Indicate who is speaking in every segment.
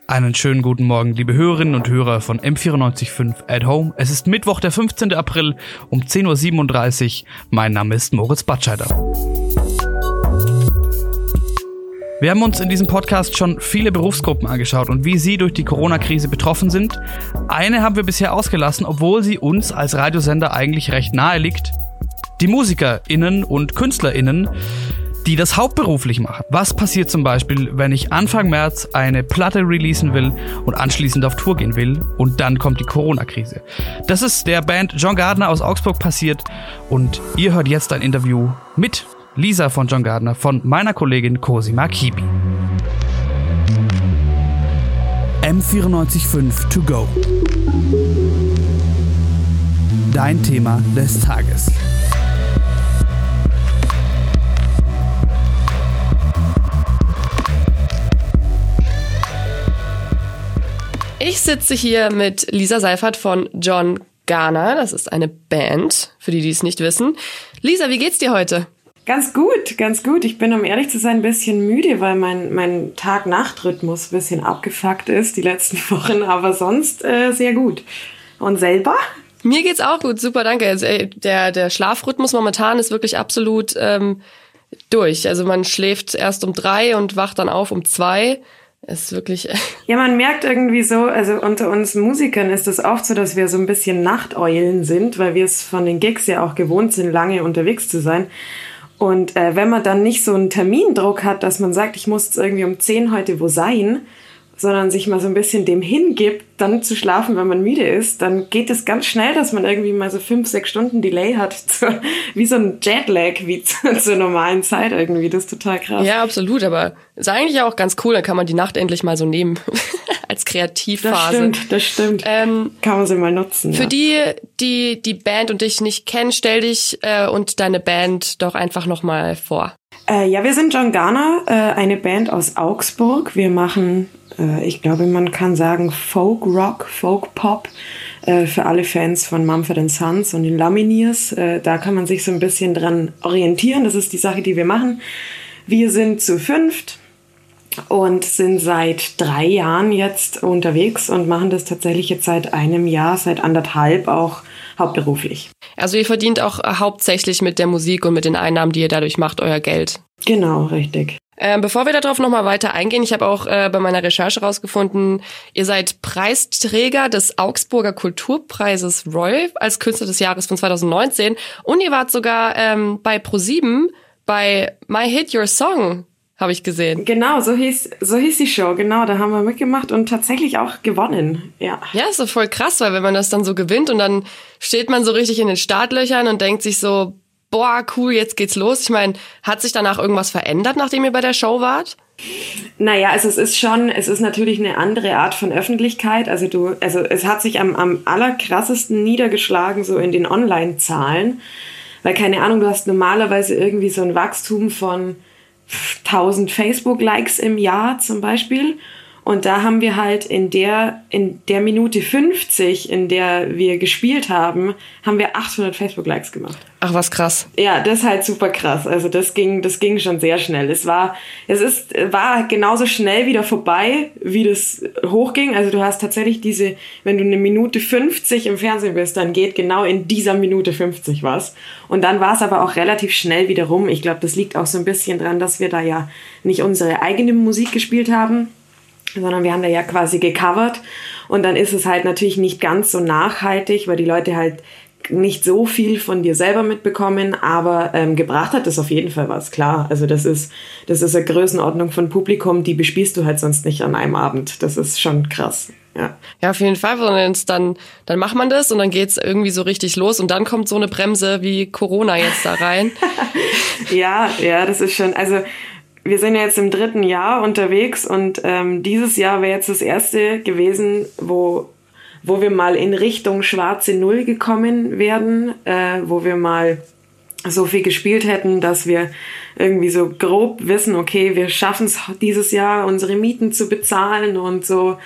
Speaker 1: Einen schönen guten Morgen, liebe Hörerinnen und Hörer von M94.5 at Home. Es ist Mittwoch, der 15. April um 10.37 Uhr. Mein Name ist Moritz Batscheider. Wir haben uns in diesem Podcast schon viele Berufsgruppen angeschaut und wie sie durch die Corona-Krise betroffen sind. Eine haben wir bisher ausgelassen, obwohl sie uns als Radiosender eigentlich recht nahe liegt. Die MusikerInnen und KünstlerInnen, die das hauptberuflich machen. Was passiert zum Beispiel, wenn ich Anfang März eine Platte releasen will und anschließend auf Tour gehen will und dann kommt die Corona-Krise? Das ist der Band John Gardner aus Augsburg passiert und ihr hört jetzt ein Interview mit Lisa von John Gardner von meiner Kollegin Cosima Kibi. M94.5 to go. Dein Thema des Tages.
Speaker 2: Ich sitze hier mit Lisa Seifert von John Gardner. Das ist eine Band, für die es nicht wissen. Lisa, wie geht's dir heute?
Speaker 3: Ganz gut, ganz gut. Ich bin, um ehrlich zu sein, ein bisschen müde, weil mein Tag-Nacht-Rhythmus ein bisschen abgefuckt ist die letzten Wochen, aber sonst sehr gut. Und selber?
Speaker 2: Mir geht's auch gut, super, danke. Also, der Schlafrhythmus momentan ist wirklich absolut durch. Also man schläft erst um 3 und wacht dann auf um 2. Ist wirklich...
Speaker 3: Ja, man merkt irgendwie so, also unter uns Musikern ist es oft so, dass wir so ein bisschen Nachteulen sind, weil wir es von den Gigs ja auch gewohnt sind, lange unterwegs zu sein. Und wenn man dann nicht so einen Termindruck hat, dass man sagt, ich muss jetzt irgendwie um 10 heute wo sein, sondern sich mal so ein bisschen dem hingibt, dann zu schlafen, wenn man müde ist, dann geht es ganz schnell, dass man irgendwie mal so 5-6 Stunden Delay hat, wie so ein Jetlag, wie zur normalen Zeit irgendwie. Das ist total krass.
Speaker 2: Ja, absolut, aber ist eigentlich auch ganz cool, dann kann man die Nacht endlich mal so nehmen als Kreativphase.
Speaker 3: Das stimmt. Kann man sie mal nutzen.
Speaker 2: Für die Band und dich nicht kennen, stell dich und deine Band doch einfach nochmal vor.
Speaker 3: Ja, wir sind John Gardner, eine Band aus Augsburg. Wir machen, ich glaube, man kann sagen Folk-Rock, Folk-Pop für alle Fans von Mumford & Sons und den Lumineers. Da kann man sich so ein bisschen dran orientieren. Das ist die Sache, die wir machen. Wir sind zu 5 und sind seit 3 Jahren jetzt unterwegs und machen das tatsächlich jetzt seit einem Jahr, seit 1,5 auch hauptberuflich.
Speaker 2: Also ihr verdient auch hauptsächlich mit der Musik und mit den Einnahmen, die ihr dadurch macht, euer Geld.
Speaker 3: Genau, richtig.
Speaker 2: Bevor wir darauf nochmal weiter eingehen, ich habe auch bei meiner Recherche rausgefunden, ihr seid Preisträger des Augsburger Kulturpreises Roy als Künstler des Jahres von 2019 und ihr wart sogar bei ProSieben bei My Hit Your Song, habe ich gesehen.
Speaker 3: Genau, so hieß die Show, genau, da haben wir mitgemacht und tatsächlich auch gewonnen, ja.
Speaker 2: Ja, ist doch voll krass, weil wenn man das dann so gewinnt und dann steht man so richtig in den Startlöchern und denkt sich so, boah, cool, jetzt geht's los. Ich meine, hat sich danach irgendwas verändert, nachdem ihr bei der Show wart?
Speaker 3: Naja, also es ist natürlich eine andere Art von Öffentlichkeit. Also es hat sich am allerkrassesten niedergeschlagen, so in den Online-Zahlen. Weil, keine Ahnung, du hast normalerweise irgendwie so ein Wachstum von 1000 Facebook-Likes im Jahr zum Beispiel. Und da haben wir halt in der Minute 50, in der wir gespielt haben, haben wir 800 Facebook-Likes gemacht.
Speaker 2: Ach, was krass.
Speaker 3: Ja, das ist halt super krass. Also das ging schon sehr schnell. Es war genauso schnell wieder vorbei, wie das hochging. Also du hast tatsächlich wenn du eine Minute 50 im Fernsehen bist, dann geht genau in dieser Minute 50 was. Und dann war es aber auch relativ schnell wieder rum. Ich glaube, das liegt auch so ein bisschen dran, dass wir da ja nicht unsere eigene Musik gespielt haben, sondern wir haben da ja quasi gecovert und dann ist es halt natürlich nicht ganz so nachhaltig, weil die Leute halt nicht so viel von dir selber mitbekommen, aber gebracht hat das auf jeden Fall was, klar. Also das ist eine Größenordnung von Publikum, die bespielst du halt sonst nicht an einem Abend. Das ist schon krass, ja.
Speaker 2: Ja, auf jeden Fall, dann macht man das und dann geht's irgendwie so richtig los und dann kommt so eine Bremse wie Corona jetzt da rein.
Speaker 3: Ja, das ist schon, also wir sind ja jetzt im 3. Jahr unterwegs und dieses Jahr wäre jetzt das erste gewesen, wo wir mal in Richtung schwarze Null gekommen wären, wo wir mal so viel gespielt hätten, dass wir irgendwie so grob wissen, okay, wir schaffen es dieses Jahr, unsere Mieten zu bezahlen und so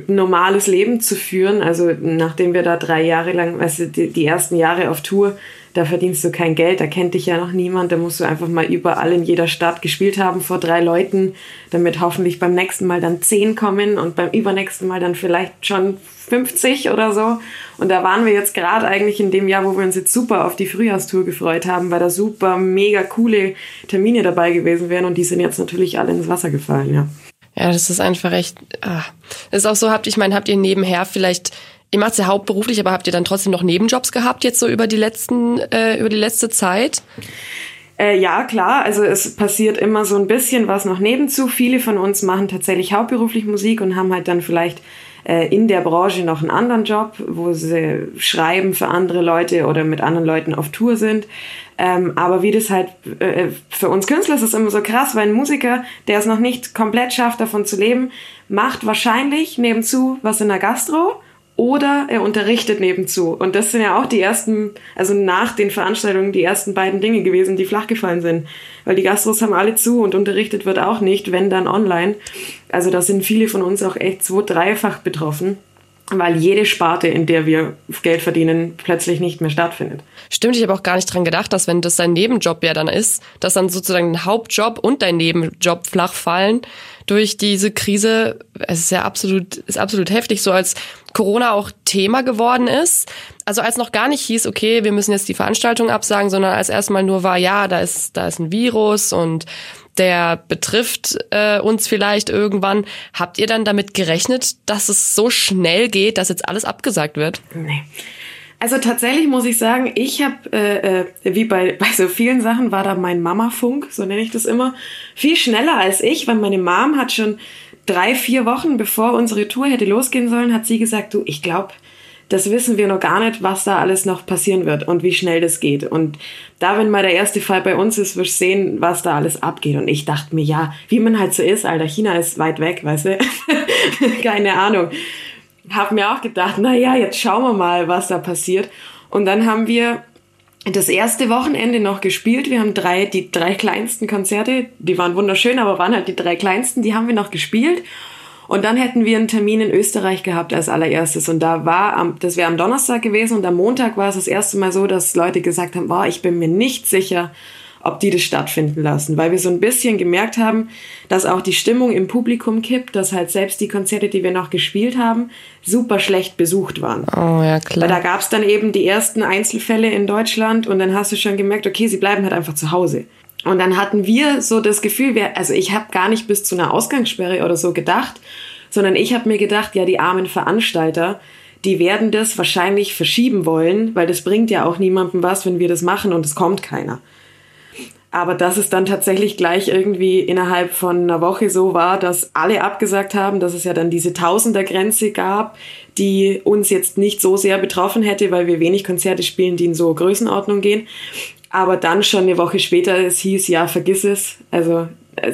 Speaker 3: normales Leben zu führen. Also nachdem wir da 3 Jahre lang, die ersten Jahre auf Tour da verdienst du kein Geld, da kennt dich ja noch niemand, da musst du einfach mal überall in jeder Stadt gespielt haben vor 3 Leuten, damit hoffentlich beim nächsten Mal dann 10 kommen und beim übernächsten Mal dann vielleicht schon 50 oder so. Und da waren wir jetzt gerade eigentlich in dem Jahr, wo wir uns jetzt super auf die Frühjahrstour gefreut haben, weil da super mega coole Termine dabei gewesen wären und die sind jetzt natürlich alle ins Wasser gefallen, ja.
Speaker 2: Ja, das ist einfach echt, das ist auch so, habt ihr nebenher vielleicht, ihr macht es ja hauptberuflich, aber habt ihr dann trotzdem noch Nebenjobs gehabt jetzt so über die letzte Zeit?
Speaker 3: Ja, klar. Also es passiert immer so ein bisschen was noch nebenzu. Viele von uns machen tatsächlich hauptberuflich Musik und haben halt dann vielleicht in der Branche noch einen anderen Job, wo sie schreiben für andere Leute oder mit anderen Leuten auf Tour sind. Aber wie das halt für uns Künstler ist es immer so krass, weil ein Musiker, der es noch nicht komplett schafft, davon zu leben, macht wahrscheinlich nebenzu was in der Gastro oder er unterrichtet nebenzu. Und das sind ja auch die ersten, also nach den Veranstaltungen, die ersten beiden Dinge gewesen, die flach gefallen sind. Weil die Gastros haben alle zu und unterrichtet wird auch nicht, wenn dann online. Also da sind viele von uns auch echt 2-, 3-fach betroffen, weil jede Sparte, in der wir Geld verdienen, plötzlich nicht mehr stattfindet.
Speaker 2: Stimmt, ich habe auch gar nicht dran gedacht, dass wenn das dein Nebenjob ja dann ist, dass dann sozusagen ein Hauptjob und dein Nebenjob flach fallen durch diese Krise. Es ist ja absolut heftig, so als Corona auch Thema geworden ist. Also als noch gar nicht hieß, okay, wir müssen jetzt die Veranstaltung absagen, sondern als erstmal nur war, ja, da ist ein Virus und der betrifft uns vielleicht irgendwann. Habt ihr dann damit gerechnet, dass es so schnell geht, dass jetzt alles abgesagt wird?
Speaker 3: Nee. Also tatsächlich muss ich sagen, ich habe, wie bei so vielen Sachen, war da mein Mama-Funk, so nenne ich das immer, viel schneller als ich, weil meine Mom hat schon 3-4 Wochen, bevor unsere Tour hätte losgehen sollen, hat sie gesagt, du, ich glaube, das wissen wir noch gar nicht, was da alles noch passieren wird und wie schnell das geht. Und da, wenn mal der erste Fall bei uns ist, wirst du sehen, was da alles abgeht. Und ich dachte mir, ja, wie man halt so ist, Alter, China ist weit weg, weißt du? Keine Ahnung. Hab mir auch gedacht, na ja, jetzt schauen wir mal, was da passiert. Und dann haben wir das erste Wochenende noch gespielt. Wir haben die 3 kleinsten Konzerte, die waren wunderschön, aber waren halt die 3 kleinsten, die haben wir noch gespielt. Und dann hätten wir einen Termin in Österreich gehabt als allererstes. Und das wäre am Donnerstag gewesen und am Montag war es das erste Mal so, dass Leute gesagt haben, boah, ich bin mir nicht sicher, ob die das stattfinden lassen, weil wir so ein bisschen gemerkt haben, dass auch die Stimmung im Publikum kippt, dass halt selbst die Konzerte, die wir noch gespielt haben, super schlecht besucht waren.
Speaker 2: Oh ja, klar.
Speaker 3: Weil da gab es dann eben die ersten Einzelfälle in Deutschland und dann hast du schon gemerkt, okay, sie bleiben halt einfach zu Hause. Und dann hatten wir so das Gefühl, also ich habe gar nicht bis zu einer Ausgangssperre oder so gedacht, sondern ich habe mir gedacht, ja, die armen Veranstalter, die werden das wahrscheinlich verschieben wollen, weil das bringt ja auch niemandem was, wenn wir das machen und es kommt keiner. Aber dass es dann tatsächlich gleich irgendwie innerhalb von einer Woche so war, dass alle abgesagt haben, dass es ja dann diese Tausender-Grenze gab, die uns jetzt nicht so sehr betroffen hätte, weil wir wenig Konzerte spielen, die in so Größenordnung gehen. Aber dann schon eine Woche später, es hieß, ja, vergiss es. Also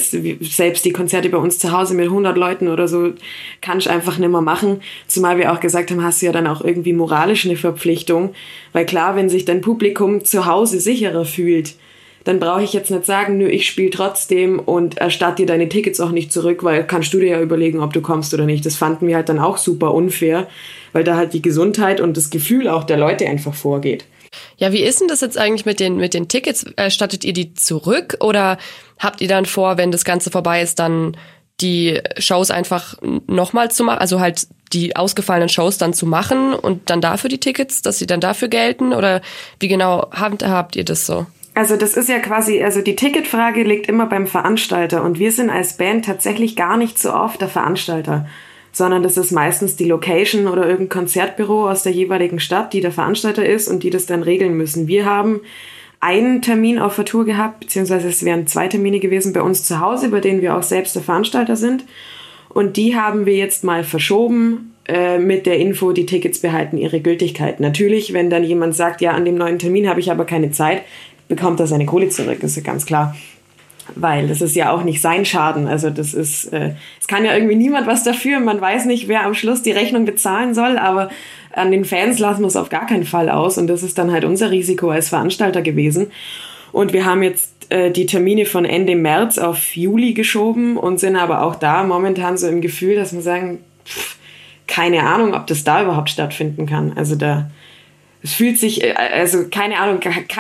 Speaker 3: selbst die Konzerte bei uns zu Hause mit 100 Leuten oder so kannst du einfach nicht mehr machen. Zumal wir auch gesagt haben, hast du ja dann auch irgendwie moralisch eine Verpflichtung. Weil klar, wenn sich dein Publikum zu Hause sicherer fühlt, dann brauche ich jetzt nicht sagen, nö, ich spiele trotzdem und erstatte dir deine Tickets auch nicht zurück, weil kannst du dir ja überlegen, ob du kommst oder nicht. Das fanden wir halt dann auch super unfair, weil da halt die Gesundheit und das Gefühl auch der Leute einfach vorgeht.
Speaker 2: Ja, wie ist denn das jetzt eigentlich mit den Tickets? Erstattet ihr die zurück oder habt ihr dann vor, wenn das Ganze vorbei ist, dann die Shows einfach nochmal zu machen, also halt die ausgefallenen Shows dann zu machen und dann dafür die Tickets, dass sie dann dafür gelten? Oder wie genau habt ihr das so?
Speaker 3: Also das ist ja quasi, also die Ticketfrage liegt immer beim Veranstalter und wir sind als Band tatsächlich gar nicht so oft der Veranstalter, sondern das ist meistens die Location oder irgendein Konzertbüro aus der jeweiligen Stadt, die der Veranstalter ist und die das dann regeln müssen. Wir haben einen Termin auf der Tour gehabt, beziehungsweise es wären 2 Termine gewesen bei uns zu Hause, bei denen wir auch selbst der Veranstalter sind und die haben wir jetzt mal verschoben mit der Info, die Tickets behalten ihre Gültigkeit. Natürlich, wenn dann jemand sagt, ja, an dem neuen Termin habe ich aber keine Zeit, bekommt er seine Kohle zurück, das ist ja ganz klar. Weil das ist ja auch nicht sein Schaden. Also das ist, es kann ja irgendwie niemand was dafür. Man weiß nicht, wer am Schluss die Rechnung bezahlen soll, aber an den Fans lassen wir es auf gar keinen Fall aus. Und das ist dann halt unser Risiko als Veranstalter gewesen. Und wir haben jetzt die Termine von Ende März auf Juli geschoben und sind aber auch da momentan so im Gefühl, dass wir sagen, keine Ahnung, ob das da überhaupt stattfinden kann. Also da Es fühlt sich, also keine Ahnung,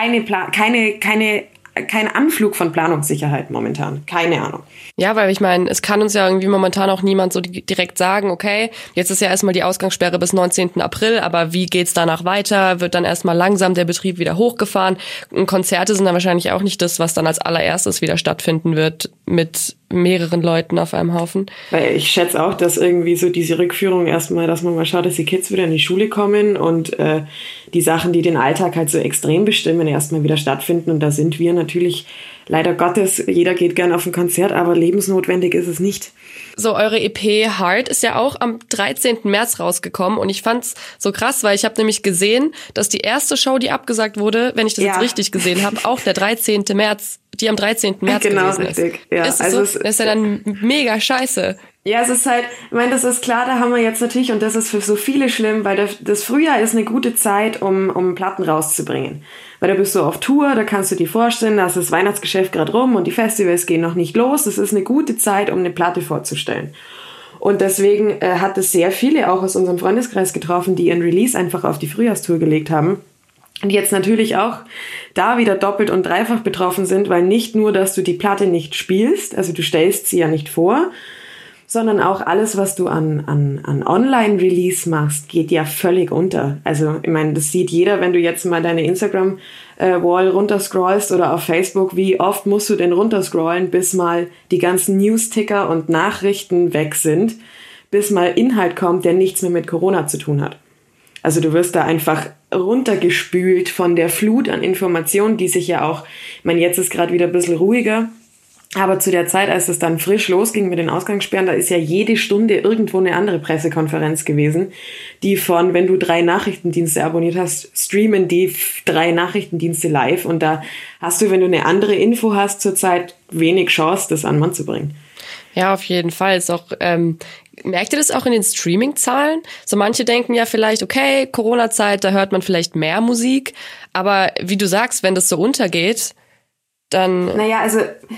Speaker 3: kein Anflug von Planungssicherheit momentan. Keine Ahnung.
Speaker 2: Ja, weil ich meine, es kann uns ja irgendwie momentan auch niemand so direkt sagen, okay, jetzt ist ja erstmal die Ausgangssperre bis 19. April, aber wie geht's danach weiter? Wird dann erstmal langsam der Betrieb wieder hochgefahren? Und Konzerte sind dann wahrscheinlich auch nicht das, was dann als allererstes wieder stattfinden wird mit mehreren Leuten auf einem Haufen.
Speaker 3: Weil ich schätze auch, dass irgendwie so diese Rückführung erstmal, dass man mal schaut, dass die Kids wieder in die Schule kommen und die Sachen, die den Alltag halt so extrem bestimmen, erstmal wieder stattfinden. Und da sind wir natürlich, leider Gottes, jeder geht gern auf ein Konzert, aber lebensnotwendig ist es nicht.
Speaker 2: So, eure EP Heart ist ja auch am 13. März rausgekommen und ich fand's so krass, weil ich habe nämlich gesehen, dass die erste Show, die abgesagt wurde, wenn ich das jetzt richtig gesehen habe, auch der 13. März, die am 13. März gewesen ist. Richtig. Ja, ist also so? Das ist ja dann mega scheiße.
Speaker 3: Ja, es ist halt, ich meine, das ist klar, da haben wir jetzt natürlich, und das ist für so viele schlimm, weil das Frühjahr ist eine gute Zeit, um Platten rauszubringen. Weil da bist du auf Tour, da kannst du dir vorstellen, da ist das Weihnachtsgeschäft gerade rum und die Festivals gehen noch nicht los. Das ist eine gute Zeit, um eine Platte vorzustellen. Und deswegen hat es sehr viele auch aus unserem Freundeskreis getroffen, die ihren Release einfach auf die Frühjahrstour gelegt haben. Und jetzt natürlich auch da wieder doppelt und dreifach betroffen sind, weil nicht nur, dass du die Platte nicht spielst, also du stellst sie ja nicht vor, sondern auch alles, was du an Online-Release machst, geht ja völlig unter. Also ich meine, das sieht jeder, wenn du jetzt mal deine Instagram-Wall runterscrollst oder auf Facebook, wie oft musst du denn runterscrollen, bis mal die ganzen News-Ticker und Nachrichten weg sind, bis mal Inhalt kommt, der nichts mehr mit Corona zu tun hat. Also du wirst da einfach runtergespült von der Flut an Informationen, die sich ja auch, ich meine, jetzt ist gerade wieder ein bisschen ruhiger, aber zu der Zeit, als es dann frisch losging mit den Ausgangssperren, da ist ja jede Stunde irgendwo eine andere Pressekonferenz gewesen, die von, wenn du 3 Nachrichtendienste abonniert hast, streamen die 3 Nachrichtendienste live und da hast du, wenn du eine andere Info hast, zurzeit wenig Chance, das an den Mann zu bringen.
Speaker 2: Ja, auf jeden Fall. Ist auch, merkt ihr das auch in den Streaming-Zahlen? So manche denken ja vielleicht, okay, Corona-Zeit, da hört man vielleicht mehr Musik, aber wie du sagst, wenn das so untergeht, dann...
Speaker 3: Naja, also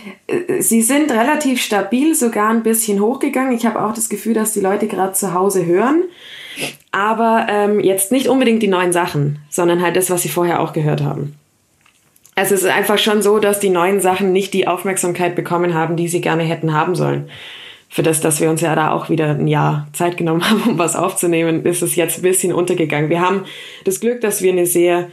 Speaker 3: sie sind relativ stabil, sogar ein bisschen hochgegangen. Ich habe auch das Gefühl, dass die Leute gerade zu Hause hören, aber jetzt nicht unbedingt die neuen Sachen, sondern halt das, was sie vorher auch gehört haben. Also es ist einfach schon so, dass die neuen Sachen nicht die Aufmerksamkeit bekommen haben, die sie gerne hätten haben sollen. Für das, dass wir uns ja da auch wieder ein Jahr Zeit genommen haben, um was aufzunehmen, ist es jetzt ein bisschen untergegangen. Wir haben das Glück, dass wir eine sehr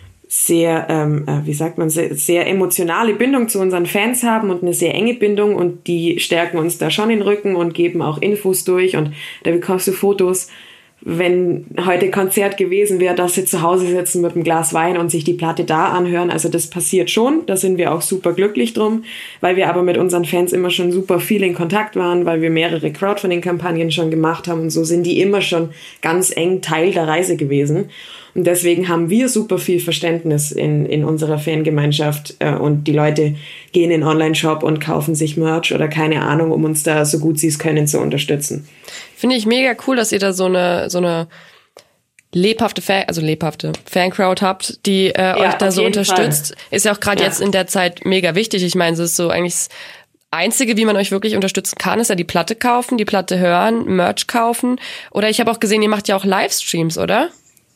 Speaker 3: emotionale Bindung zu unseren Fans haben und eine sehr enge Bindung und die stärken uns da schon den Rücken und geben auch Infos durch und da bekommst du Fotos, wenn heute Konzert gewesen wäre, dass sie zu Hause sitzen mit einem Glas Wein und sich die Platte da anhören. Also das passiert schon, da sind wir auch super glücklich drum, weil wir aber mit unseren Fans immer schon super viel in Kontakt waren, weil wir mehrere Crowdfunding-Kampagnen schon gemacht haben und so sind die immer schon ganz eng Teil der Reise gewesen. Und deswegen haben wir super viel Verständnis in unserer Fangemeinschaft und die Leute gehen in den Online-Shop und kaufen sich Merch oder keine Ahnung, um uns da so gut sie es können zu unterstützen.
Speaker 2: Finde ich mega cool, dass ihr da so eine lebhafte Fancrowd habt, die euch da so unterstützt. Fall. Ist ja auch gerade jetzt in der Zeit mega wichtig. Ich meine, es ist so eigentlich das Einzige, wie man euch wirklich unterstützen kann, ist ja die Platte kaufen, die Platte hören, Merch kaufen. Oder ich habe auch gesehen, ihr macht ja auch Livestreams, oder?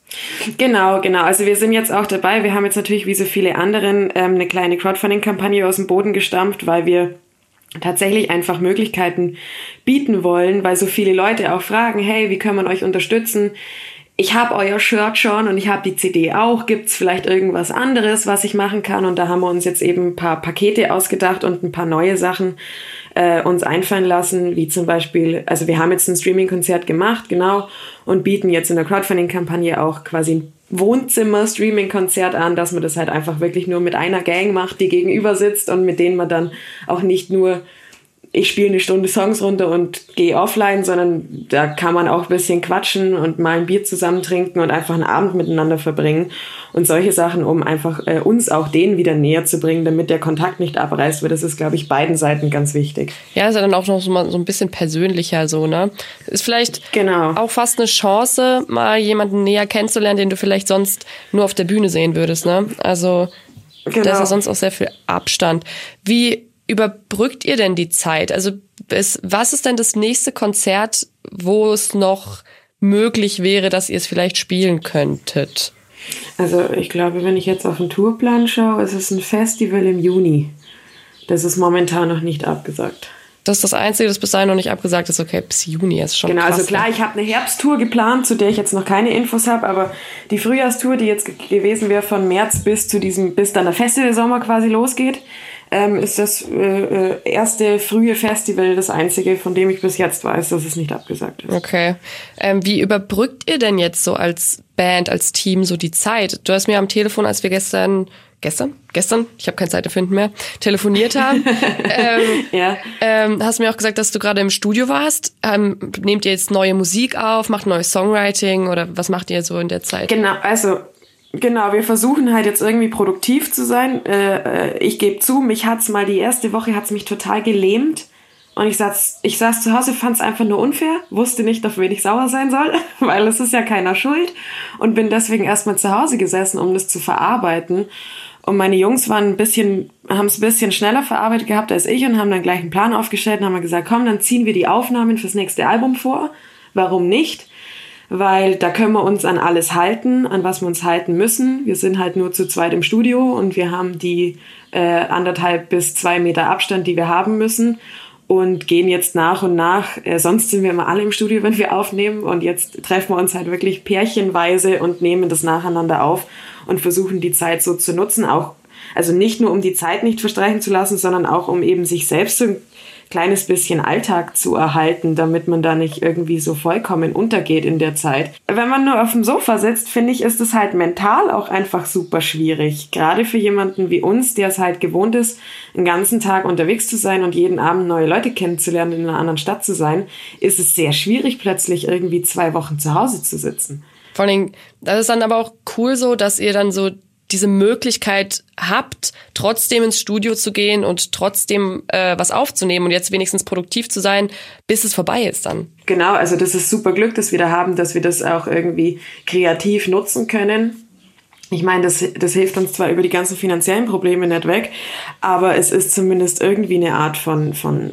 Speaker 3: Genau. Also wir sind jetzt auch dabei. Wir haben jetzt natürlich wie so viele anderen eine kleine Crowdfunding-Kampagne aus dem Boden gestampft, weil wir tatsächlich einfach Möglichkeiten bieten wollen, weil so viele Leute auch fragen, hey, wie kann man euch unterstützen? Ich habe euer Shirt schon und ich habe die CD auch. Gibt's vielleicht irgendwas anderes, was ich machen kann? Und da haben wir uns jetzt eben ein paar Pakete ausgedacht und ein paar neue Sachen uns einfallen lassen, wie zum Beispiel, also wir haben jetzt ein Streaming-Konzert gemacht, genau, und bieten jetzt in der Crowdfunding-Kampagne auch quasi ein Wohnzimmer-Streaming-Konzert an, dass man das halt einfach wirklich nur mit einer Gang macht, die gegenüber sitzt und mit denen man dann auch nicht nur ich spiele eine Stunde Songs runter und gehe offline, sondern da kann man auch ein bisschen quatschen und mal ein Bier zusammen trinken und einfach einen Abend miteinander verbringen und solche Sachen, um einfach uns auch denen wieder näher zu bringen, damit der Kontakt nicht abreißt, weil das ist, glaube ich, beiden Seiten ganz wichtig.
Speaker 2: Ja, ist ja dann auch noch so ein bisschen persönlicher so, ne? Ist vielleicht auch fast eine Chance, mal jemanden näher kennenzulernen, den du vielleicht sonst nur auf der Bühne sehen würdest, ne? Also da ist ja sonst auch sehr viel Abstand. Wie überbrückt ihr denn die Zeit? Also was ist denn das nächste Konzert, wo es noch möglich wäre, dass ihr es vielleicht spielen könntet?
Speaker 3: Also ich glaube, wenn ich jetzt auf den Tourplan schaue, ist es ein Festival im Juni. Das ist momentan noch nicht abgesagt.
Speaker 2: Das ist das Einzige, das bis dahin noch nicht abgesagt ist. Okay, bis Juni ist schon
Speaker 3: genau,
Speaker 2: krass.
Speaker 3: Also klar, ich habe eine Herbsttour geplant, zu der ich jetzt noch keine Infos habe, aber die Frühjahrstour, die jetzt gewesen wäre von März bis dann der Festivalsommer quasi losgeht, ist das erste frühe Festival das einzige, von dem ich bis jetzt weiß, dass es nicht abgesagt ist.
Speaker 2: Okay. Wie überbrückt ihr denn jetzt so als Band, als Team so die Zeit? Du hast mir am Telefon, als wir gestern, ich habe keine Zeit dafür mehr, telefoniert haben, hast mir auch gesagt, dass du gerade im Studio warst. Nehmt ihr jetzt neue Musik auf, macht neues Songwriting oder was macht ihr so in der Zeit?
Speaker 3: Genau, wir versuchen halt jetzt irgendwie produktiv zu sein. Ich gebe zu, die erste Woche hat's mich total gelähmt. Und ich saß zu Hause, fand es einfach nur unfair, wusste nicht, auf wen ich sauer sein soll, weil es ist ja keiner schuld. Und bin deswegen erstmal zu Hause gesessen, um das zu verarbeiten. Und meine Jungs haben es ein bisschen schneller verarbeitet gehabt als ich und haben dann gleich einen Plan aufgestellt und haben gesagt, komm, dann ziehen wir die Aufnahmen fürs nächste Album vor. Warum nicht? Weil da können wir uns an alles halten, an was wir uns halten müssen. Wir sind halt nur zu zweit im Studio und wir haben die 1,5 bis 2 Meter Abstand, die wir haben müssen. Und gehen jetzt nach und nach, sonst sind wir immer alle im Studio, wenn wir aufnehmen. Und jetzt treffen wir uns halt wirklich pärchenweise und nehmen das nacheinander auf und versuchen die Zeit so zu nutzen. Auch, also nicht nur um die Zeit nicht verstreichen zu lassen, sondern auch um eben sich selbst so ein kleines bisschen Alltag zu erhalten, damit man da nicht irgendwie so vollkommen untergeht in der Zeit. Wenn man nur auf dem Sofa sitzt, finde ich, ist es halt mental auch einfach super schwierig. Gerade für jemanden wie uns, der es halt gewohnt ist, einen ganzen Tag unterwegs zu sein und jeden Abend neue Leute kennenzulernen, in einer anderen Stadt zu sein, ist es sehr schwierig, plötzlich irgendwie 2 Wochen zu Hause zu sitzen.
Speaker 2: Vor allem, das ist dann aber auch cool so, dass ihr dann so diese Möglichkeit habt, trotzdem ins Studio zu gehen und trotzdem was aufzunehmen und jetzt wenigstens produktiv zu sein, bis es vorbei ist dann.
Speaker 3: Genau, also das ist super Glück, dass wir da haben, dass wir das auch irgendwie kreativ nutzen können. Ich meine, das hilft uns zwar über die ganzen finanziellen Probleme nicht weg, aber es ist zumindest irgendwie eine Art von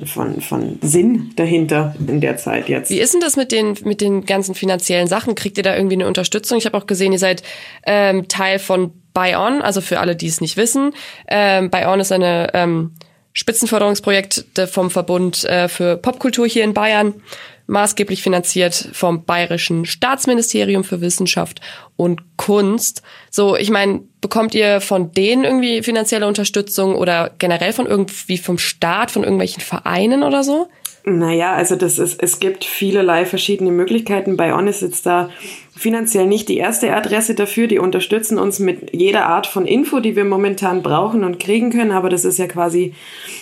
Speaker 3: Sinn dahinter in der Zeit jetzt.
Speaker 2: Wie ist denn das mit den ganzen finanziellen Sachen? Kriegt ihr da irgendwie eine Unterstützung? Ich habe auch gesehen, ihr seid Teil von Buy On, also für alle, die es nicht wissen. Buy On ist eine Spitzenförderungsprojekt vom Verbund für Popkultur hier in Bayern, maßgeblich finanziert vom Bayerischen Staatsministerium für Wissenschaft und Kunst. So, ich meine, bekommt ihr von denen irgendwie finanzielle Unterstützung oder generell vom Staat, von irgendwelchen Vereinen oder so?
Speaker 3: Naja, also es gibt vielerlei verschiedene Möglichkeiten. Buy On ist jetzt da finanziell nicht die erste Adresse dafür. Die unterstützen uns mit jeder Art von Info, die wir momentan brauchen und kriegen können. Aber das ist ja quasi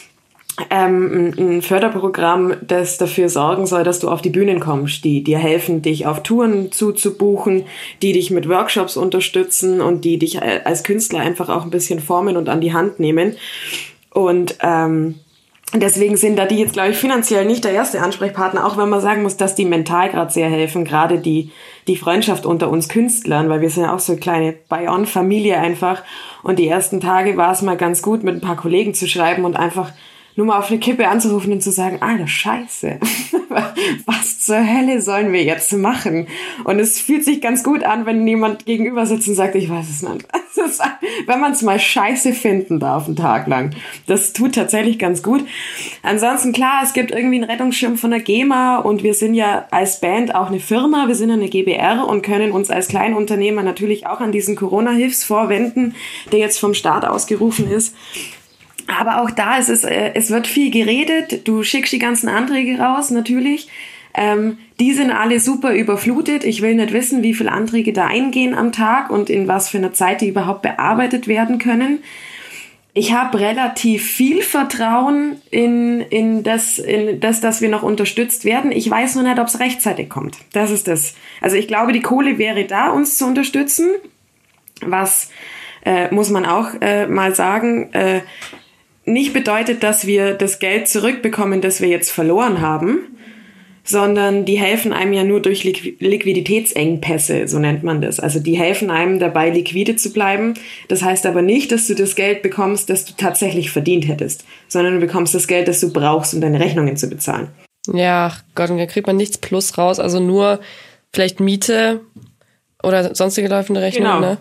Speaker 3: ein Förderprogramm, das dafür sorgen soll, dass du auf die Bühnen kommst, die dir helfen, dich auf Touren zuzubuchen, die dich mit Workshops unterstützen und die dich als Künstler einfach auch ein bisschen formen und an die Hand nehmen. Und deswegen sind da die jetzt, glaube ich, finanziell nicht der erste Ansprechpartner, auch wenn man sagen muss, dass die mental gerade sehr helfen, gerade die Freundschaft unter uns Künstlern, weil wir sind ja auch so eine kleine Buy-On-Familie einfach. Und die ersten Tage war es mal ganz gut, mit ein paar Kollegen zu schreiben und einfach nur mal auf eine Kippe anzurufen und zu sagen, Alter, Scheiße, was zur Hölle sollen wir jetzt machen? Und es fühlt sich ganz gut an, wenn jemand gegenüber sitzt und sagt, ich weiß es nicht. Wenn man es mal scheiße finden darf, einen Tag lang. Das tut tatsächlich ganz gut. Ansonsten, klar, es gibt irgendwie einen Rettungsschirm von der GEMA und wir sind ja als Band auch eine Firma, wir sind eine GbR und können uns als Kleinunternehmer natürlich auch an diesen Corona-Hilfsfonds wenden, der jetzt vom Staat ausgerufen ist. Aber auch da ist es wird viel geredet. Du schickst die ganzen Anträge raus, natürlich. Die sind alle super überflutet. Ich will nicht wissen, wie viele Anträge da eingehen am Tag und in was für einer Zeit die überhaupt bearbeitet werden können. Ich habe relativ viel Vertrauen in das, dass wir noch unterstützt werden. Ich weiß nur nicht, ob es rechtzeitig kommt. Das ist das. Also ich glaube, die Kohle wäre da, uns zu unterstützen. Was muss man auch mal sagen, nicht bedeutet, dass wir das Geld zurückbekommen, das wir jetzt verloren haben, sondern die helfen einem ja nur durch Liquiditätsengpässe, so nennt man das. Also die helfen einem dabei, liquide zu bleiben. Das heißt aber nicht, dass du das Geld bekommst, das du tatsächlich verdient hättest, sondern du bekommst das Geld, das du brauchst, um deine Rechnungen zu bezahlen.
Speaker 2: Ja, Gott, und da kriegt man nichts plus raus, also nur vielleicht Miete oder sonstige laufende Rechnungen,
Speaker 3: genau.
Speaker 2: Ne?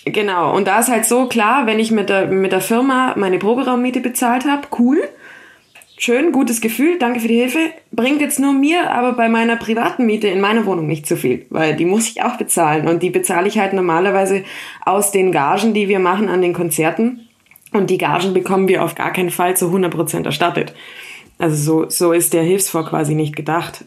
Speaker 3: Genau, und da ist halt so klar, wenn ich mit der Firma meine Proberaummiete bezahlt habe, cool, schön, gutes Gefühl, danke für die Hilfe, bringt jetzt nur mir aber bei meiner privaten Miete in meiner Wohnung nicht so viel, weil die muss ich auch bezahlen und die bezahle ich halt normalerweise aus den Gagen, die wir machen an den Konzerten, und die Gagen bekommen wir auf gar keinen Fall zu 100% erstattet. Also so ist der Hilfsfonds quasi nicht gedacht.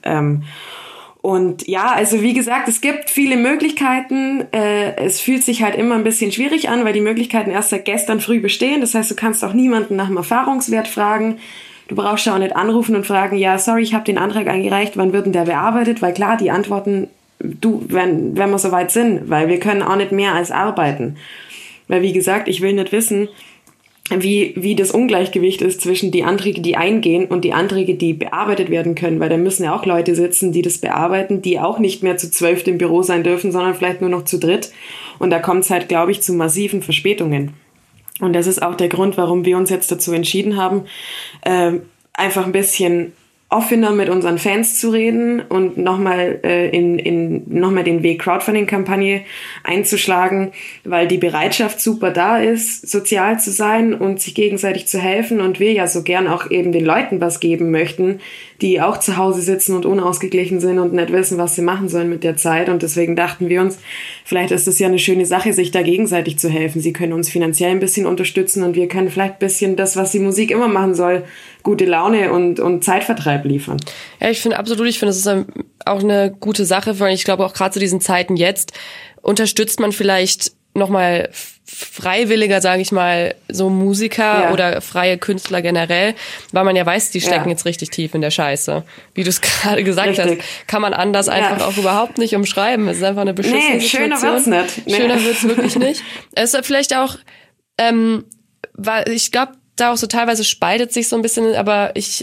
Speaker 3: Und ja, also wie gesagt, es gibt viele Möglichkeiten. Es fühlt sich halt immer ein bisschen schwierig an, weil die Möglichkeiten erst seit gestern früh bestehen. Das heißt, du kannst auch niemanden nach dem Erfahrungswert fragen. Du brauchst ja auch nicht anrufen und fragen, ja, sorry, ich habe den Antrag eingereicht, wann wird denn der bearbeitet? Weil klar, die Antworten, wenn wir soweit sind, weil wir können auch nicht mehr als arbeiten. Weil wie gesagt, ich will nicht wissen, wie das Ungleichgewicht ist zwischen die Anträge, die eingehen und die Anträge, die bearbeitet werden können, weil da müssen ja auch Leute sitzen, die das bearbeiten, die auch nicht mehr zu 12 im Büro sein dürfen, sondern vielleicht nur noch zu 3. Und da kommt es halt, glaube ich, zu massiven Verspätungen. Und das ist auch der Grund, warum wir uns jetzt dazu entschieden haben, einfach ein bisschen offener mit unseren Fans zu reden und nochmal nochmal den Weg Crowdfunding-Kampagne einzuschlagen, weil die Bereitschaft super da ist, sozial zu sein und sich gegenseitig zu helfen, und wir ja so gern auch eben den Leuten was geben möchten, die auch zu Hause sitzen und unausgeglichen sind und nicht wissen, was sie machen sollen mit der Zeit. Und deswegen dachten wir uns, vielleicht ist es ja eine schöne Sache, sich da gegenseitig zu helfen. Sie können uns finanziell ein bisschen unterstützen und wir können vielleicht ein bisschen das, was die Musik immer machen soll, gute Laune und Zeitvertreib liefern. Ja,
Speaker 2: ich finde, es ist auch eine gute Sache, weil ich glaube auch gerade zu diesen Zeiten jetzt unterstützt man vielleicht nochmal freiwilliger, sage ich mal, so Musiker oder freie Künstler generell, weil man ja weiß, die stecken jetzt richtig tief in der Scheiße. Wie du es gerade gesagt hast, kann man anders einfach auch überhaupt nicht umschreiben. Es ist einfach eine beschissene Situation.
Speaker 3: Schöner wird's nicht.
Speaker 2: Schöner wird's wirklich nicht. Es ist vielleicht auch, weil ich glaube, da auch so teilweise spaltet sich so ein bisschen, aber ich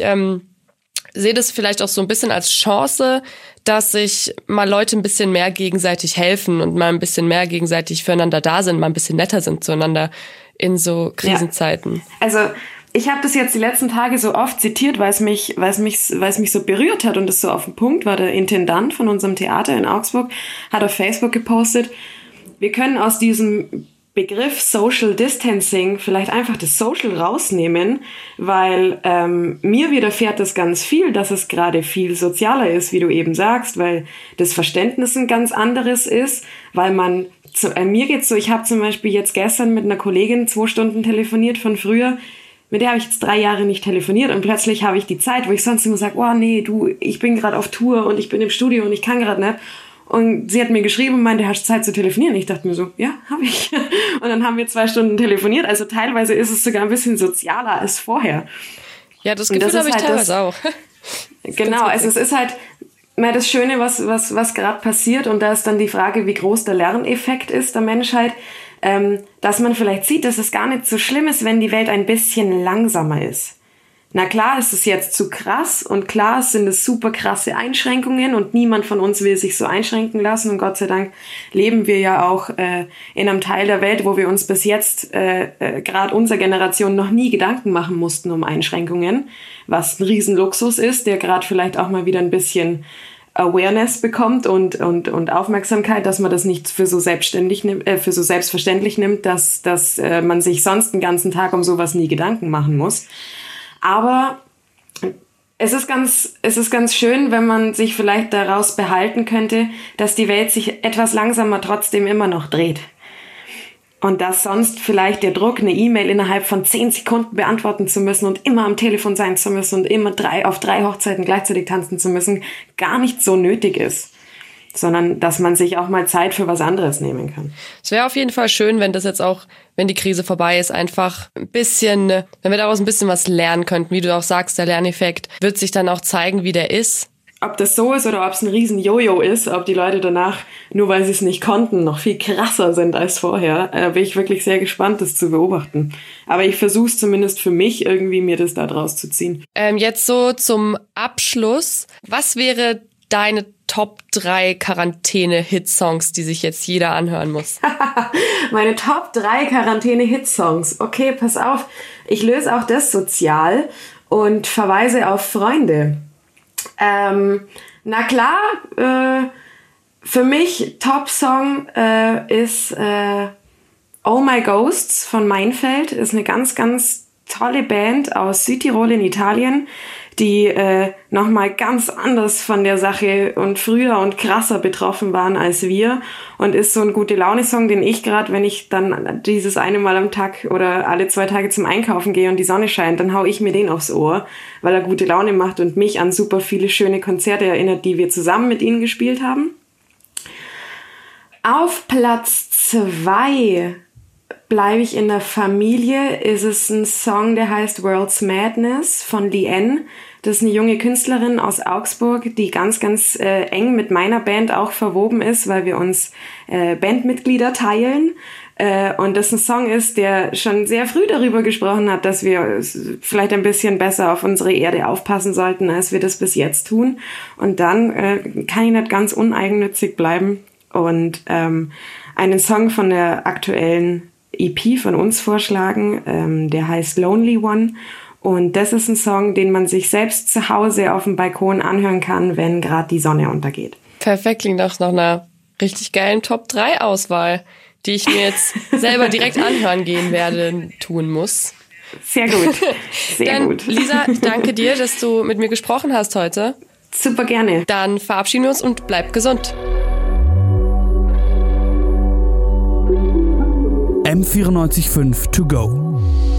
Speaker 2: sehe das vielleicht auch so ein bisschen als Chance, dass sich mal Leute ein bisschen mehr gegenseitig helfen und mal ein bisschen mehr gegenseitig füreinander da sind, mal ein bisschen netter sind zueinander in so Krisenzeiten.
Speaker 3: Ja. Also ich habe das jetzt die letzten Tage so oft zitiert, weil es mich so berührt hat und es so auf den Punkt war. Der Intendant von unserem Theater in Augsburg hat auf Facebook gepostet, wir können aus diesem Begriff Social Distancing vielleicht einfach das Social rausnehmen, weil mir widerfährt das ganz viel, dass es gerade viel sozialer ist, wie du eben sagst, weil das Verständnis ein ganz anderes ist, weil man, mir geht's so, ich habe zum Beispiel jetzt gestern mit einer Kollegin 2 Stunden telefoniert von früher, mit der habe ich jetzt 3 Jahre nicht telefoniert und plötzlich habe ich die Zeit, wo ich sonst immer sage, oh nee, ich bin gerade auf Tour und ich bin im Studio und ich kann gerade nicht. Und sie hat mir geschrieben und meinte, hast du Zeit zu telefonieren? Ich dachte mir so, ja, habe ich. Und dann haben wir 2 Stunden telefoniert. Also teilweise ist es sogar ein bisschen sozialer als vorher.
Speaker 2: Ja, das Gefühl habe ich halt teilweise auch.
Speaker 3: Genau, also es ist halt mal das Schöne, was gerade passiert. Und da ist dann die Frage, wie groß der Lerneffekt ist der Menschheit. Dass man vielleicht sieht, dass es gar nicht so schlimm ist, wenn die Welt ein bisschen langsamer ist. Na klar, ist es jetzt zu krass und klar sind es super krasse Einschränkungen und niemand von uns will sich so einschränken lassen und Gott sei Dank leben wir ja auch in einem Teil der Welt, wo wir uns bis jetzt, gerade unsere Generation, noch nie Gedanken machen mussten um Einschränkungen, was ein Riesenluxus ist, der gerade vielleicht auch mal wieder ein bisschen Awareness bekommt und Aufmerksamkeit, dass man das nicht für so selbstverständlich nimmt, dass man sich sonst den ganzen Tag um sowas nie Gedanken machen muss. Aber es ist ganz schön, wenn man sich vielleicht daraus behalten könnte, dass die Welt sich etwas langsamer trotzdem immer noch dreht. Und dass sonst vielleicht der Druck, eine E-Mail innerhalb von 10 Sekunden beantworten zu müssen und immer am Telefon sein zu müssen und immer auf 3 Hochzeiten gleichzeitig tanzen zu müssen, gar nicht so nötig ist. Sondern dass man sich auch mal Zeit für was anderes nehmen kann.
Speaker 2: Es wäre auf jeden Fall schön, wenn das jetzt auch, wenn die Krise vorbei ist, einfach ein bisschen, wenn wir daraus ein bisschen was lernen könnten. Wie du auch sagst, der Lerneffekt wird sich dann auch zeigen, wie der ist.
Speaker 3: Ob das so ist oder ob es ein riesen Jojo ist, ob die Leute danach, nur weil sie es nicht konnten, noch viel krasser sind als vorher, bin ich wirklich sehr gespannt, das zu beobachten. Aber ich versuche es zumindest für mich irgendwie, mir das da draus zu ziehen.
Speaker 2: Jetzt so zum Abschluss. Was wäre deine Top 3 Quarantäne-Hitsongs, die sich jetzt jeder anhören muss?
Speaker 3: Meine Top 3 Quarantäne-Hitsongs. Okay, pass auf. Ich löse auch das sozial und verweise auf Freunde. Na klar, für mich Top-Song ist Oh My Ghosts von Meinfeld ist eine ganz, ganz tolle Band aus Südtirol in Italien, die nochmal ganz anders von der Sache und früher und krasser betroffen waren als wir, und ist so ein Gute-Laune-Song, den ich gerade, wenn ich dann dieses eine Mal am Tag oder alle 2 Tage zum Einkaufen gehe und die Sonne scheint, dann hau ich mir den aufs Ohr, weil er gute Laune macht und mich an super viele schöne Konzerte erinnert, die wir zusammen mit ihnen gespielt haben. Auf Platz 2 bleibe ich in der Familie, ist es ein Song, der heißt World's Madness von Lien. Das ist eine junge Künstlerin aus Augsburg, die ganz, ganz eng mit meiner Band auch verwoben ist, weil wir uns Bandmitglieder teilen. Und das ein Song ist, der schon sehr früh darüber gesprochen hat, dass wir vielleicht ein bisschen besser auf unsere Erde aufpassen sollten, als wir das bis jetzt tun. Und dann kann ich nicht ganz uneigennützig bleiben und einen Song von der aktuellen EP von uns vorschlagen, der heißt Lonely One, und das ist ein Song, den man sich selbst zu Hause auf dem Balkon anhören kann, wenn gerade die Sonne untergeht.
Speaker 2: Perfekt, klingt auch nach einer richtig geilen Top-3-Auswahl, die ich mir jetzt selber direkt anhören gehen werde, tun muss.
Speaker 3: Sehr gut, sehr
Speaker 2: Dann,
Speaker 3: gut.
Speaker 2: Lisa, ich danke dir, dass du mit mir gesprochen hast heute.
Speaker 3: Super gerne.
Speaker 2: Dann verabschieden wir uns und bleib gesund.
Speaker 1: M94.5 to go.